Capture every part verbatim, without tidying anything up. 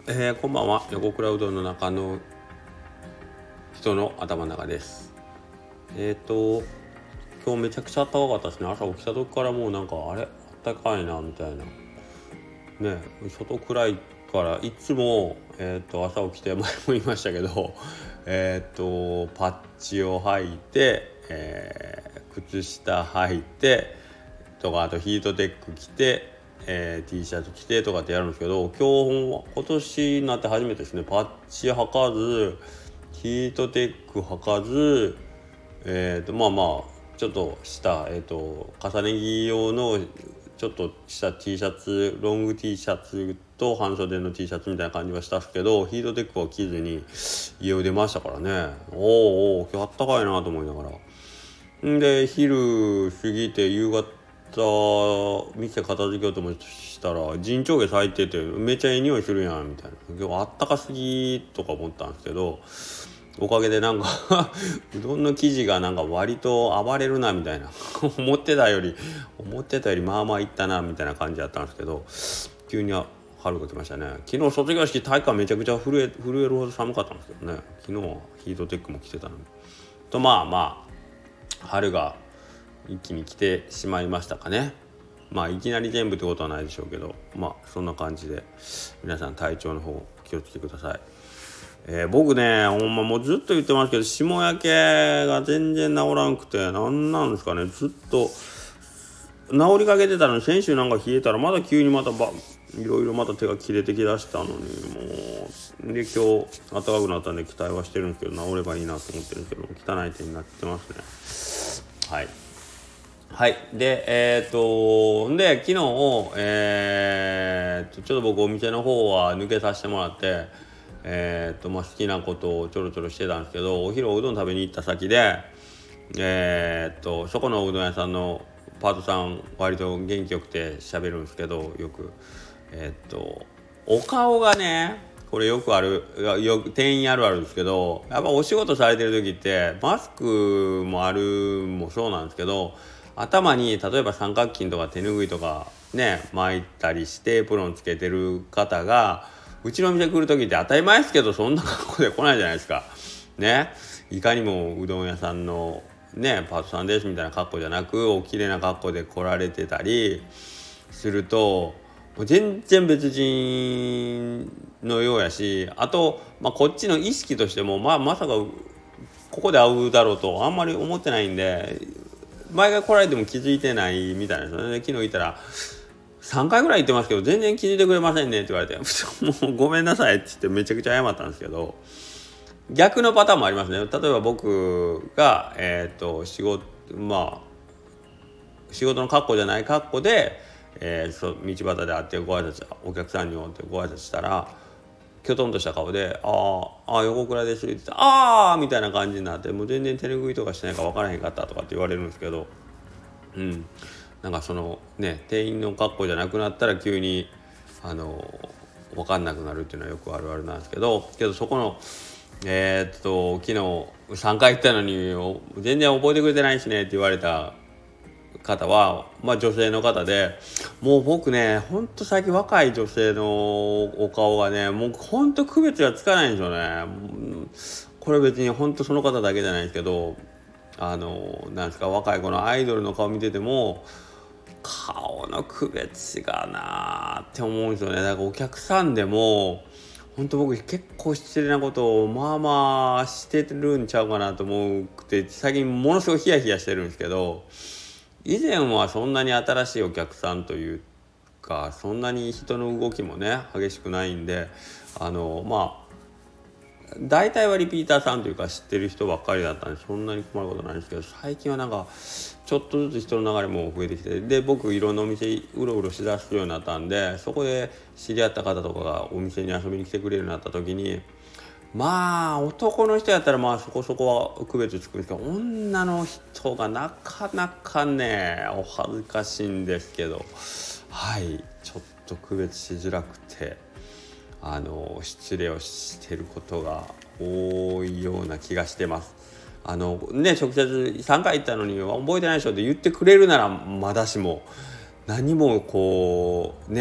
えー、こんばんは。横倉うどんの中の人の頭の中です。えっ、ー、と今日めちゃくちゃ暖かかったですね。朝起きた時からもうなんかあれ暖かいなみたいなね。外暗いからいつも、えー、と朝起きて前も言いましたけどえっ、とパッチを履いて、えー、靴下履いてとか、あとヒートテック着て、えー、T シャツ着てとかってやるんですけど、今日今年になって初めてですね。パッチ履かずヒートテック履かず、えーとまあまあちょっとした、えーと重ね着用のちょっとした T シャツ、ロング T シャツと半袖の T シャツみたいな感じはしたんですけど、ヒートテックは着ずに家を出ましたからね。おーおー今日あったかいなと思いながら、んで昼過ぎて夕方店片付けようともしたら陣長毛咲いててめっちゃいい匂いするやんみたいな。今日あったかすぎとか思ったんですけど、おかげでなんかうどんの生地がなんか割と暴れるなみたいな思ってたより思ってたよりまあまあいったなみたいな感じだったんですけど、急に春が来ましたね。昨日卒業式体育館めちゃくちゃ震え震えるほど寒かったんですけどね。昨日はヒートテックも着てたのにと、まあまあ春が一気に来てしまいましたかね。まあいきなり全部ってことはないでしょうけど、まあそんな感じで皆さん体調の方気をつけてください。えー、僕ねほんまもうずっと言ってますけど、霜焼けが全然治らんくて、なんなんですかね。ずっと治りかけてたのに、先週なんか冷えたらまだ急にまたばいろいろまた手が切れてきだしたのに、もうで今日暖かくなったんで期待はしてるんですけど、治ればいいなと思ってるんですけど汚い手になってますね。はいはいでえっ、ー、とで昨日えー、とちょっと僕お店の方は抜けさせてもらって、えーとまあ、好きなことをちょろちょろしてたんですけど、お昼おうどん食べに行った先で、えーとそこのうどん屋さんのパートさん割と元気よくて喋るんですけど、よくえーとお顔がね、これよくあるよく店員あるあるですけど、やっぱお仕事されてる時ってマスクもあるもそうなんですけど、頭に例えば三角巾とか手拭いとかね巻いたりしてエプロンつけてる方がうちのお店来る時って当たり前ですけど、そんな格好で来ないじゃないですかね。いかにもうどん屋さんのねパートさんですみたいな格好じゃなく、お綺麗な格好で来られてたりするともう全然別人のようやし、あと、まあ、こっちの意識としても、まあ、まさかここで会うだろうとあんまり思ってないんで、前が来られても気づいてないみたいなんですよね。昨日言ったらさんかいぐらい言ってますけど全然気づいてくれませんねって言われてもうごめんなさいって言ってめちゃくちゃ謝ったんですけど、逆のパターンもありますね。例えば僕が、えー、と仕事まあ仕事の格好じゃない格好で、えー、そ道端で会ってご挨拶お客さんに会ってご挨拶したらきょとんとした顔で「あーあー横倉です」って言って「ああ」みたいな感じになって、もう全然手拭いとかしてないか分からへんかったとかって言われるんですけど、うんなんかそのね店員の格好じゃなくなったら急にあの分かんなくなるっていうのはよくあるあるなんですけど、けどそこのえー、っと昨日さんかい行ったのに全然覚えてくれてないしねって言われた方は、まあ、女性の方で、もう僕ねほんと最近若い女性のお顔がねもうほんと区別がつかないんですよね。これ別にほんとその方だけじゃないですけど、あのなんですか、若い子のアイドルの顔見てても顔の区別がなーって思うんですよね。だからお客さんでも本当僕結構失礼なことをまあまあしてるんちゃうかなと思うくて、最近ものすごいヒヤヒヤしてるんですけど、以前はそんなに新しいお客さんというかそんなに人の動きもね激しくないんで、あのまあ大体はリピーターさんというか知ってる人ばっかりだったんでそんなに困ることないんですけど、最近はなんかちょっとずつ人の流れも増えてきて、で僕いろんなお店うろうろしだすようになったんで、そこで知り合った方とかがお店に遊びに来てくれるようになった時に、まあ男の人やったらまあそこそこは区別つくんですけど、女の人がなかなかねお恥ずかしいんですけど、はいちょっと区別しづらくてあの失礼をしてることが多いような気がしてます。あのね直接さんかい行ったのに覚えてないでしょって言ってくれるならまだしも、何もこうね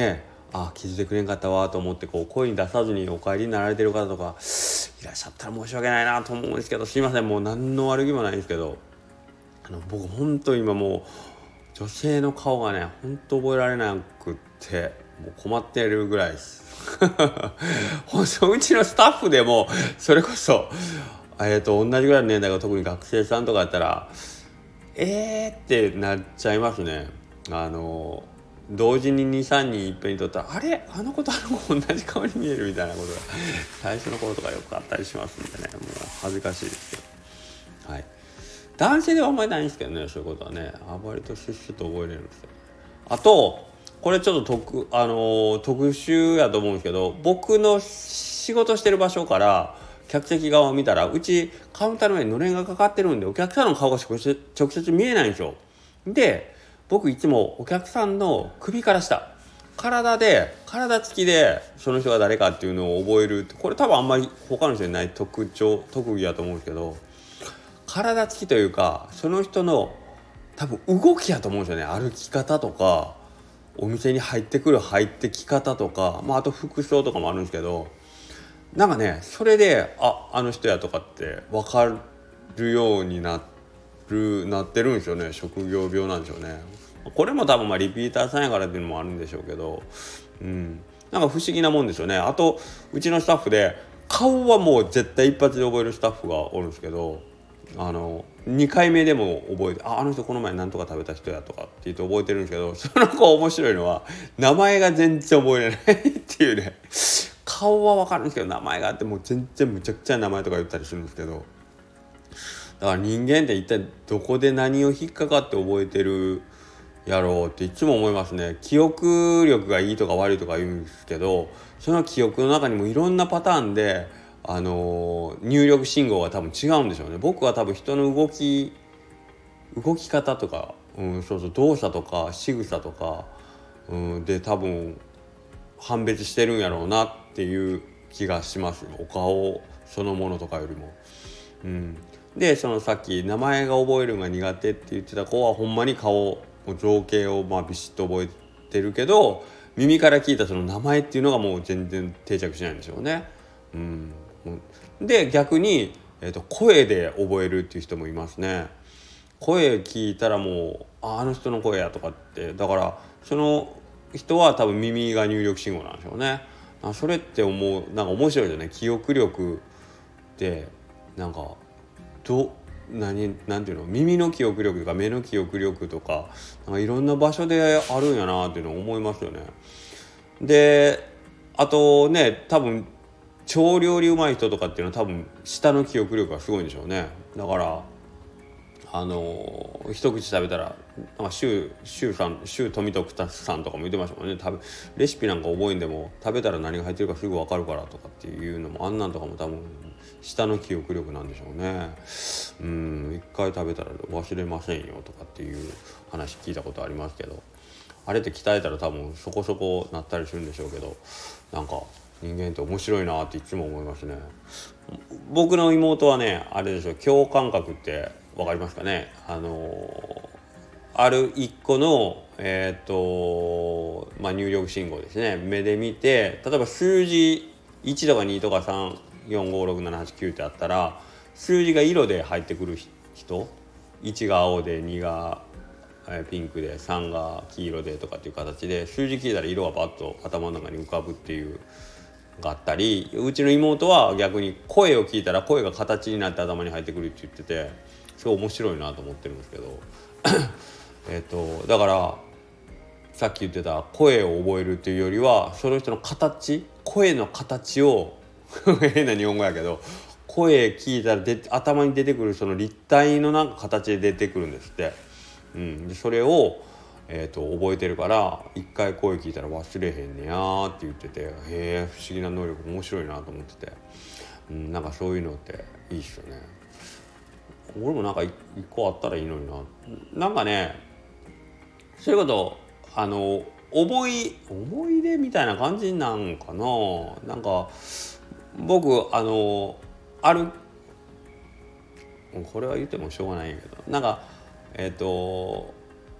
あ気づいてくれんかったわと思ってこう声に出さずにお帰りになられてる方とかいらっしゃったら申し訳ないなと思うんですけど、すいません、もう何の悪気もないんですけど、あの僕本当今もう女性の顔がね本当覚えられなくってもう困ってるぐらいですほんとうちのスタッフでもそれこそえーと同じぐらいの年代が特に学生さんとかやったらえーってなっちゃいますね。あの同時に にさんにんいっぺんに撮ったらあれあの子とあの子同じ顔に見えるみたいなことが最初の頃とかよくあったりしますんでね、もう恥ずかしいですけど、はい、男性ではあんまりないんですけどね、そういうことはね割とシュッシュと覚えれるんですよ。あとこれちょっと特、あのー、特殊やと思うんですけど、僕の仕事してる場所から客席側を見たらうちカウンターの上にのれんがかかってるんでお客さんの顔が直接、直接見えないんですよ。で僕いつもお客さんの首から下体で体つきでその人が誰かっていうのを覚えるって、これ多分あんまり他の人にない特徴特技だと思うんですけど、体つきというかその人の多分動きやと思うんですよね。歩き方とかお店に入ってくる入ってき方とか、まあ、あと服装とかもあるんですけど、なんかねそれでああの人やとかって分かるようになるなってるんですよね。職業病なんでしょうね。これも多分まあリピーターさんやからっていうのもあるんでしょうけど、うん、なんか不思議なもんですよね。あとうちのスタッフで顔はもう絶対一発で覚えるスタッフがおるんですけど、あのにかいめでも覚えて あ, あの人この前何とか食べた人やとかって言って覚えてるんですけど、その子面白いのは名前が全然覚えれないっていうね。顔は分かるんですけど名前があってもう全然むちゃくちゃ名前とか言ったりするんですけど、だから人間って一体どこで何を引っかかって覚えてるやろうっていつも思いますね。記憶力がいいとか悪いとか言うんですけど、その記憶の中にもいろんなパターンで、あのー、入力信号が多分違うんでしょうね。僕は多分人の動き動き方とか、うん、そうそう動作とか仕草とか、うん、で多分判別してるんやろうなっていう気がします。お顔そのものとかよりも、うん、でそのさっき名前が覚えるのが苦手って言ってた子はほんまに顔情景をまあビシッと覚えてるけど、耳から聞いたその名前っていうのがもう全然定着しないんでしょうね。うん、で逆に、えーと、声で覚えるっていう人もいますね。声聞いたらもう あ, あの人の声やとかって、だからその人は多分耳が入力信号なんでしょうね。あそれって思うなんか面白いよね。記憶力ってなんかど何なんていうの、耳の記憶力とか目の記憶力とか、なんかいろんな場所であるんやなっていうのを思いますよね。であとね多分超料理うまい人とかっていうのは多分舌の記憶力がすごいんでしょうね。だからあの一口食べたらなんかシュウシュウさんシュウ富徳さんとかも言ってましたもんね。多分レシピなんか覚えんでも食べたら何が入ってるかすぐ分かるからとかっていうのも、あんなんとかも多分舌の記憶力なんでしょうね。うん一回食べたら忘れませんよとかっていう話聞いたことありますけど、あれって鍛えたら多分そこそこなったりするんでしょうけど、なんか人間って面白いなっていつも思いますね。僕の妹はねあれでしょ、共感覚ってわかりますかね。あのある一個のえっ、ー、とまあ入力信号ですね。目で見て例えば数字いちとかにとかさん、よん、ご、ろく、なな、はち、きゅうってあったら数字が色で入ってくる人、いちが青でにがピンクでさんが黄色でとかっていう形で数字聞いたら色がバッと頭の中に浮かぶっていうがあったり、うちの妹は逆に声を聞いたら声が形になって頭に入ってくるって言っててすごい面白いなと思ってるんですけどえっとだからさっき言ってた声を覚えるっていうよりはその人の形、声の形を変な日本語やけど声聞いたらで頭に出てくるその立体のなんか形で出てくるんですって、うん、でそれをえー、と覚えてるから一回声聞いたら忘れへんねやーって言ってて、へえ不思議な能力面白いなと思ってて、うん、なんかそういうのっていいっすよね。俺もなんか一個あったらいいのにな。なんかねそういうことあの思い思い出みたいな感じなんかな。なんか僕あのあるこれは言ってもしょうがないんやけど、なんかえっ、ー、と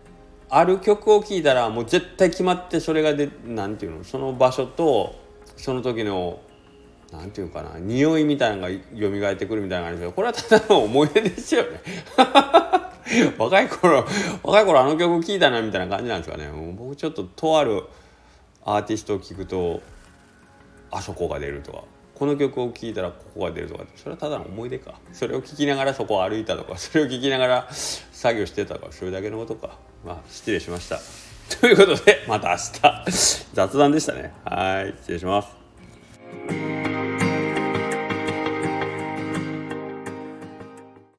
ある曲を聴いたらもう絶対決まってそれがでなんていうのその場所とその時のなんていうかな匂いみたいなのが蘇ってくるみたいなのがあるんですけど、これはただの思い出ですよね若い頃若い頃あの曲聴いたなみたいな感じなんですかね。もう僕ちょっととあるアーティストを聴くとあそこが出るとか、この曲を聴いたらここが出るとか、それはただの思い出か。それを聴きながらそこを歩いたとか、それを聴きながら作業してたとか、それだけのことか。まあ失礼しましたということで、また明日雑談でしたね。はい、失礼します。